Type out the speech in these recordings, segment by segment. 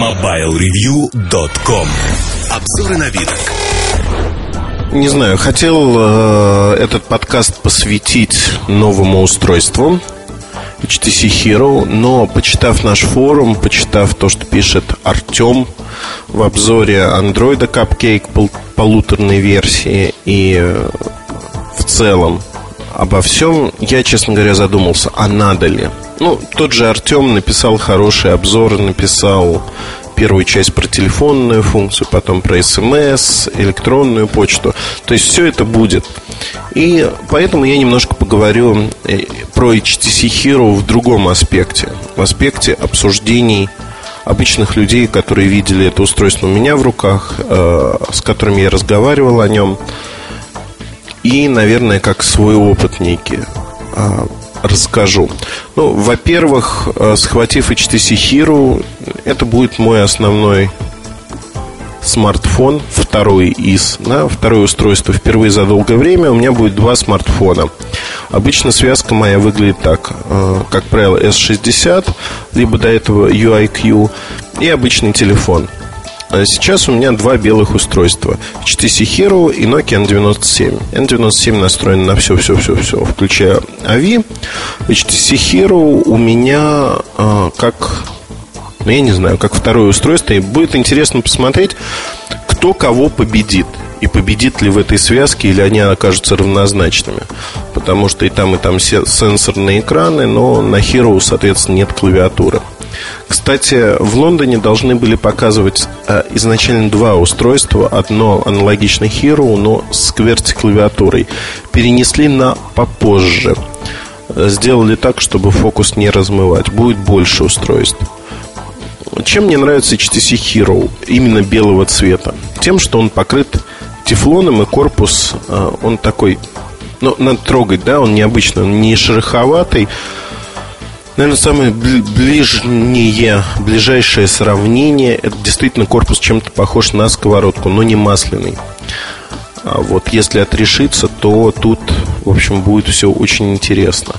MobileReview.com. Обзоры новинок. Не знаю, хотел этот подкаст посвятить новому устройству HTC Hero, но почитав наш форум, почитав то, что пишет Артем в обзоре Android Cupcake полуторной версии и в целом обо всем, я, честно говоря, задумался, а надо ли? Тот же Артем написал хороший обзор, написал первую часть про телефонную функцию, потом про СМС, электронную почту. То есть все это будет. И поэтому я немножко поговорю про HTC Hero в другом аспекте. В аспекте обсуждений обычных людей, которые видели это устройство у меня в руках, с которыми я разговаривал о нем. И, наверное, как свой опыт некий расскажу. Во-первых, схватив HTC Hero, это будет мой основной смартфон, второе устройство. Впервые за долгое время у меня будет два смартфона. Обычно связка моя выглядит так: как правило, S60, либо до этого UIQ и обычный телефон. Сейчас у меня два белых устройства: HTC Hero и Nokia N97. N97 настроен на все, включая AVI. HTC Hero у меня как второе устройство. И будет интересно посмотреть, кто кого победит. И победит ли в этой связке, или они окажутся равнозначными. Потому что и там сенсорные экраны, но на Hero, соответственно, нет клавиатуры. Кстати, в Лондоне должны были показывать изначально два устройства. Одно аналогично Hero, но с QWERTY-клавиатурой. Перенесли на попозже. Сделали так, чтобы фокус не размывать. Будет больше устройств. Чем мне нравится HTC Hero именно белого цвета? Тем, что он покрыт тефлоном, и корпус, он такой, надо трогать, да, он необычный, он не шероховатый. Наверное, самое ближайшее сравнение, это действительно корпус чем-то похож на сковородку, но не масляный. А вот если отрешиться, то тут, в общем, будет все очень интересно.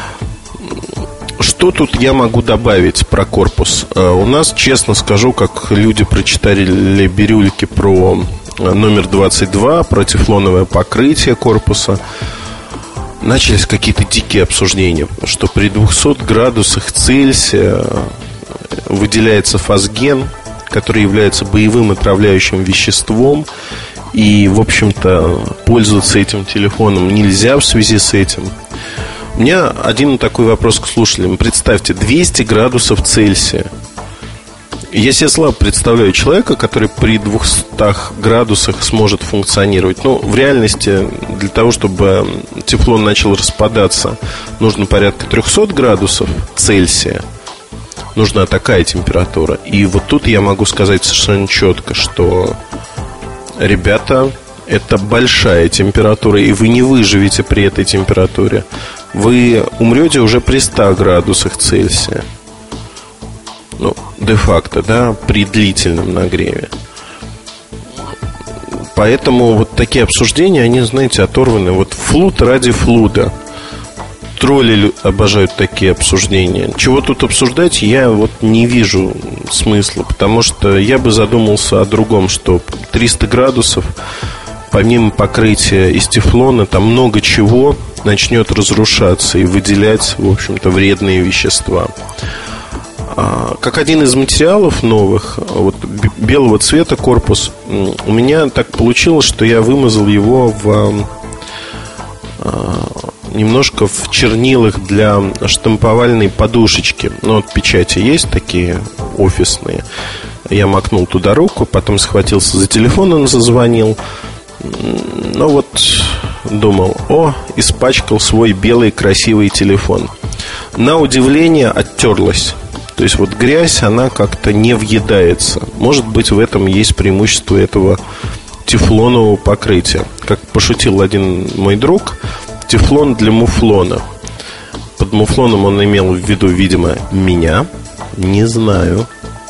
Что тут я могу добавить про корпус? У нас, честно скажу, как люди прочитали бирюльки про номер 22, про тефлоновое покрытие корпуса, начались какие-то дикие обсуждения, что при 200 градусах Цельсия выделяется фосген, который является боевым отравляющим веществом. И, в общем-то, пользоваться этим телефоном нельзя в связи с этим. У меня один такой вопрос к слушателям. Представьте, 200 градусов Цельсия. Я себе слабо представляю человека, который при 200 градусах сможет функционировать. В реальности, для того, чтобы тефлон начал распадаться, нужно порядка 300 градусов Цельсия. Нужна такая температура. И вот тут я могу сказать совершенно четко, что, ребята, это большая температура, и вы не выживете при этой температуре. Вы умрете уже при 100 градусах Цельсия. Де-факто, да, при длительном нагреве. Поэтому вот такие обсуждения, они, знаете, оторваны. Вот флуд ради флуда. Тролли обожают такие обсуждения. Чего тут обсуждать, я вот не вижу смысла. Потому что я бы задумался о другом, что 300 градусов, помимо покрытия из тефлона, там много чего начнет разрушаться и выделять, в общем-то, вредные вещества. Как один из материалов новых, вот белого цвета корпус, у меня так получилось, что я вымазал его немножко в чернилах для штамповальной подушечки. Вот печати есть такие офисные. Я макнул туда руку, потом схватился за телефон, он зазвонил. Думал, испачкал свой белый красивый телефон. На удивление оттерлась. То есть вот грязь, она как-то не въедается. Может быть, в этом есть преимущество этого тефлонового покрытия. Как пошутил один мой друг, тефлон для муфлона. Под муфлоном он имел в виду, видимо, меня. Не знаю.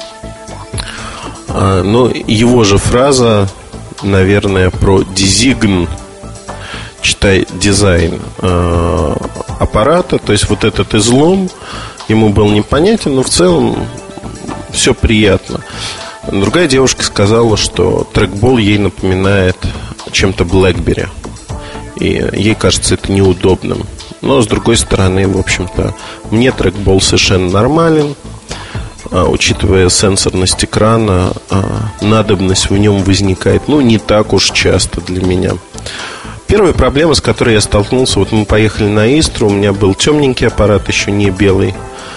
Но его же фраза, наверное, про дизигн, читай дизайн аппарата. То есть вот этот излом ему был непонятен, но в целом все приятно. Другая девушка сказала, что трекбол ей напоминает чем-то BlackBerry, и ей кажется это неудобным. Но, с другой стороны, в общем-то, мне трекбол совершенно нормален. Учитывая сенсорность экрана, надобность в нем возникает, не так уж часто для меня. Первая проблема, с которой я столкнулся, вот мы поехали на Истру, у меня был темненький аппарат, еще не белый.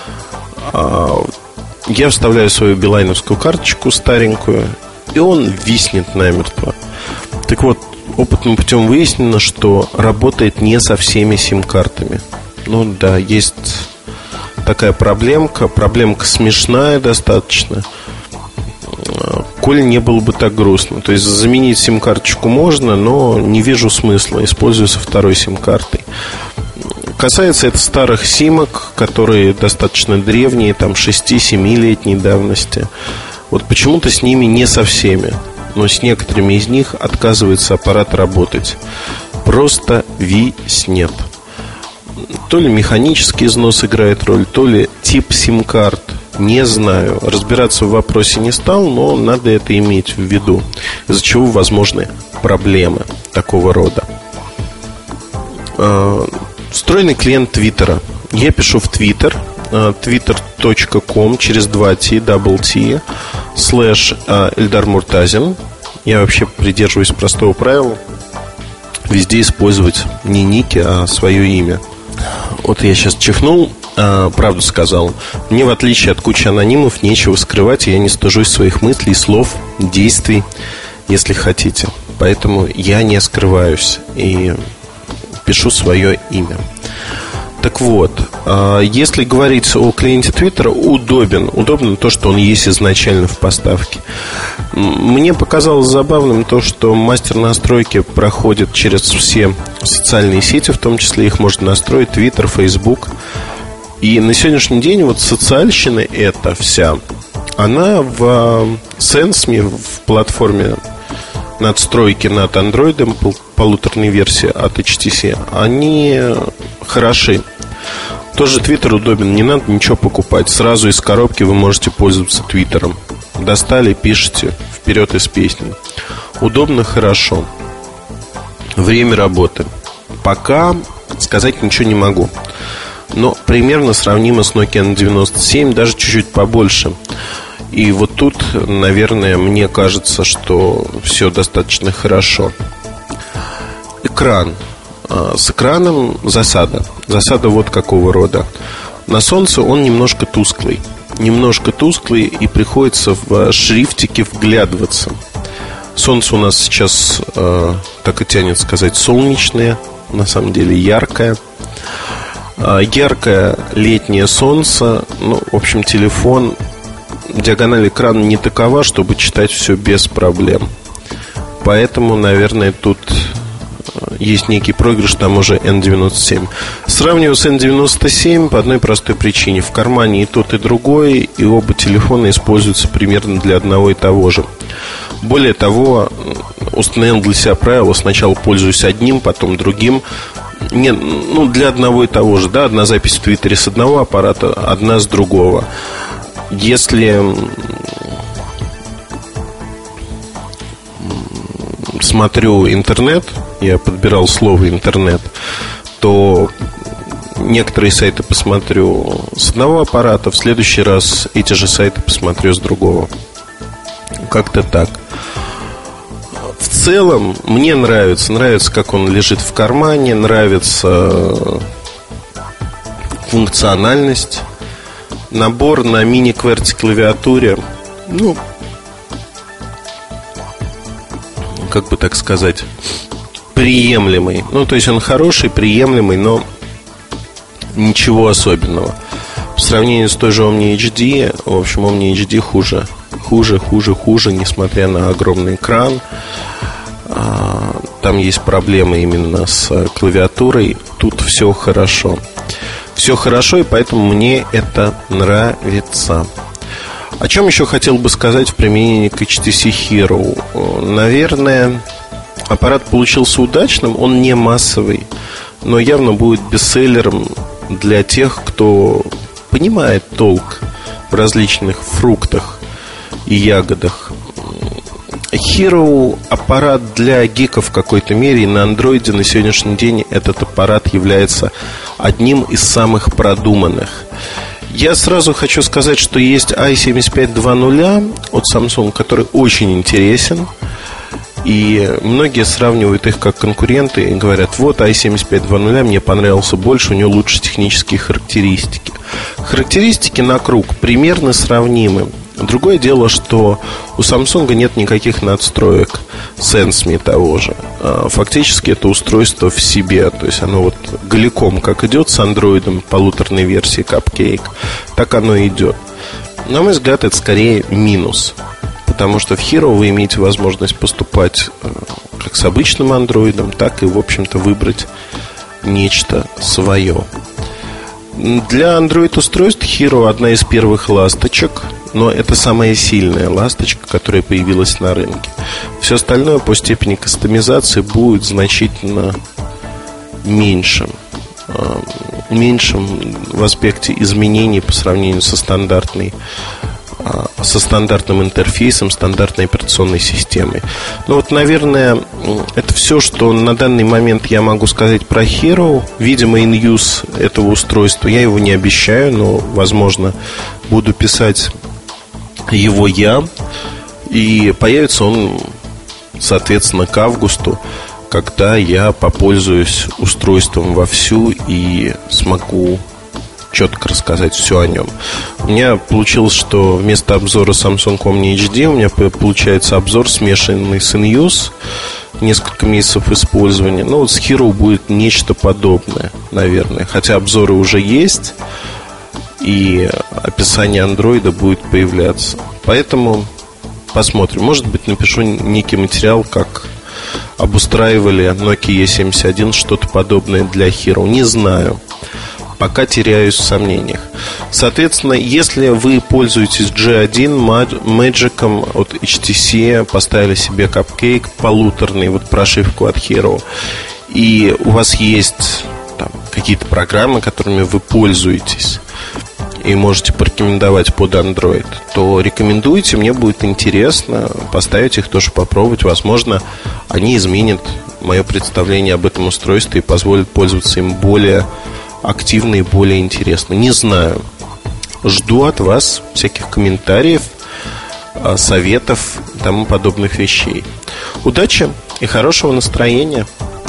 Я вставляю свою билайновскую карточку старенькую, и он виснет намертво. Так вот, опытным путем выяснено, что работает не со всеми сим-картами. Да, есть такая проблемка смешная достаточно. Коль не было бы так грустно. То есть заменить сим-карточку можно, но не вижу смысла, используя со второй сим-картой. Касается это старых симок, которые достаточно древние, там 6-7-летней давности. Вот почему-то с ними не со всеми, но с некоторыми из них отказывается аппарат работать. Просто виснет. То ли механический износ играет роль, то ли тип сим-карт, не знаю. Разбираться в вопросе не стал, но надо это иметь в виду, из-за чего возможны проблемы такого рода. Встроенный клиент Твиттера. Я пишу в Твиттер, twitter.com через 2t, /Эльдар Муртазин. Я вообще придерживаюсь простого правила везде использовать не ники, а свое имя. Вот я сейчас чихнул, правду сказал. Мне, в отличие от кучи анонимов, нечего скрывать, и я не стыжусь своих мыслей, слов, действий, если хотите. Поэтому я не скрываюсь и пишу свое имя. Так вот, если говорить о клиенте Твиттера, удобно то, что он есть изначально в поставке. Мне показалось забавным то, что мастер настройки проходит через все социальные сети, в том числе их можно настроить, Твиттер, Фейсбук. И на сегодняшний день вот социальщина эта вся, она в SenseMe, в платформе надстройки над андроидом, полуторной версии от HTC, они хороши. Тоже Твиттер удобен, не надо ничего покупать. Сразу из коробки вы можете пользоваться Твиттером. Достали, пишите, вперед из песни. Удобно, хорошо. Время работы. Пока сказать ничего не могу, но примерно сравнимо с Nokia N97, даже чуть-чуть побольше. И вот тут, наверное, мне кажется, что все достаточно хорошо. Экран. С экраном засада. Засада вот какого рода. На солнце он немножко тусклый, и приходится в шрифтике вглядываться. Солнце у нас сейчас, так и тянет сказать, солнечное, на самом деле яркое. Яркое летнее солнце. В общем, телефон, диагональ экрана не такова, чтобы читать все без проблем. Поэтому, наверное, тут есть некий проигрыш, там уже N97. Сравниваю с N97 по одной простой причине. В кармане и тот, и другой, и оба телефона используются примерно для одного и того же. Более того, установил для себя правило: сначала пользуюсь одним, потом другим. Для одного и того же, да, одна запись в Твиттере с одного аппарата, одна с другого. Если смотрю интернет, я подбирал слово интернет, то некоторые сайты посмотрю с одного аппарата, в следующий раз эти же сайты посмотрю с другого. Как-то так. В целом мне нравится, как он лежит в кармане, нравится функциональность. Набор на мини-QWERTY клавиатуре, как бы так сказать, приемлемый. То есть он хороший, приемлемый, но ничего особенного. По сравнению с той же Omni HD, в общем, Omni HD хуже, несмотря на огромный экран. Там есть проблемы именно с клавиатурой. Тут все хорошо. Все хорошо, и поэтому мне это нравится. О чем еще хотел бы сказать в применении к HTC Hero? Наверное, аппарат получился удачным. Он не массовый, но явно будет бестселлером для тех, кто понимает толк в различных фруктах и ягодах. Hero аппарат для гиков в какой-то мере, и на андроиде на сегодняшний день этот аппарат является одним из самых продуманных. Я сразу хочу сказать, что есть i75-2.0 от Samsung, который очень интересен. И многие сравнивают их как конкуренты и говорят: вот i75-2.0 мне понравился больше, у него лучше технические характеристики. Характеристики на круг примерно сравнимы. Другое дело, что у Samsung нет никаких надстроек SenseMe того же. Фактически это устройство в себе. То есть оно вот голиком, как идет с андроидом полуторной версии Cupcake, так оно и идет. На мой взгляд, это скорее минус. Потому что в Hero вы имеете возможность поступать как с обычным андроидом, так и, в общем-то, выбрать нечто свое. Для Android-устройств Hero одна из первых ласточек, но это самая сильная ласточка, которая появилась на рынке. Все остальное по степени кастомизации будет значительно меньшим в аспекте изменений по сравнению со стандартным интерфейсом, стандартной операционной системой. Ну вот, наверное, это все, что на данный момент я могу сказать про Hero. Видимо, in-use этого устройства, я его не обещаю, но, возможно, буду писать его я. И появится он, соответственно, к августу, когда я попользуюсь устройством вовсю и смогу четко рассказать все о нем. У меня получилось, что вместо обзора Samsung Omni HD у меня получается обзор, смешанный с in-use, несколько месяцев использования. Ну вот с Hero будет нечто подобное, наверное. Хотя обзоры уже есть, и описание андроида будет появляться. Поэтому посмотрим. Может быть, напишу некий материал, как обустраивали Nokia E71, что-то подобное для Hero. Не знаю. Пока теряюсь в сомнениях. Соответственно, если вы пользуетесь G1 Magic от HTC, поставили себе Cupcake полуторный, вот прошивку от Hero, и у вас есть там какие-то программы, которыми вы пользуетесь и можете порекомендовать под Android, то рекомендуйте, мне будет интересно поставить их, тоже попробовать. Возможно, они изменят мое представление об этом устройстве и позволят пользоваться им более активно и более интересно. Не знаю. Жду от вас всяких комментариев, советов и тому подобных вещей. Удачи и хорошего настроения.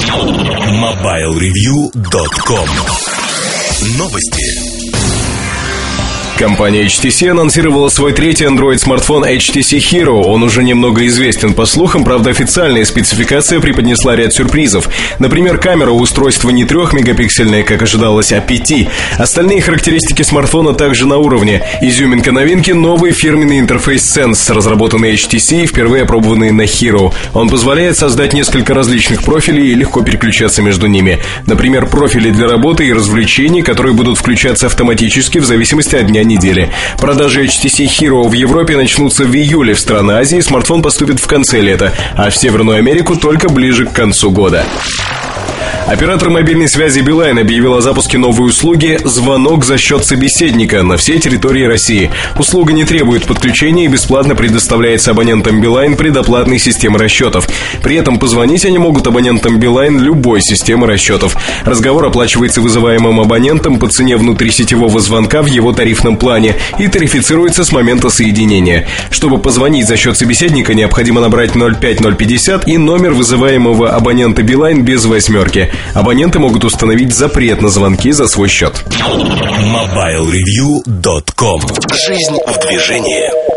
MobileReview.com. Новости. Компания HTC анонсировала свой третий Android-смартфон HTC Hero. Он уже немного известен по слухам, правда, официальная спецификация преподнесла ряд сюрпризов. Например, камера у устройства не 3-мегапиксельная, как ожидалось, а 5. Остальные характеристики смартфона также на уровне. Изюминка новинки — новый фирменный интерфейс Sense, разработанный HTC и впервые опробованный на Hero. Он позволяет создать несколько различных профилей и легко переключаться между ними. Например, профили для работы и развлечений, которые будут включаться автоматически в зависимости от дня недели. Продажи HTC Hero в Европе начнутся в июле. В страны Азии смартфон поступит в конце лета, а в Северную Америку только ближе к концу года. Оператор мобильной связи Билайн объявил о запуске новой услуги «Звонок за счет собеседника» на всей территории России. Услуга не требует подключения и бесплатно предоставляется абонентам Билайн предоплатной системы расчетов. При этом позвонить они могут абонентам Билайн любой системы расчетов. Разговор оплачивается вызываемым абонентом по цене внутрисетевого звонка в его тарифном плане и тарифицируется с момента соединения. Чтобы позвонить за счет собеседника, необходимо набрать 05050 и номер вызываемого абонента Билайн без восьмерки. Абоненты могут установить запрет на звонки за свой счет. MobileReview.com. Жизнь в движении.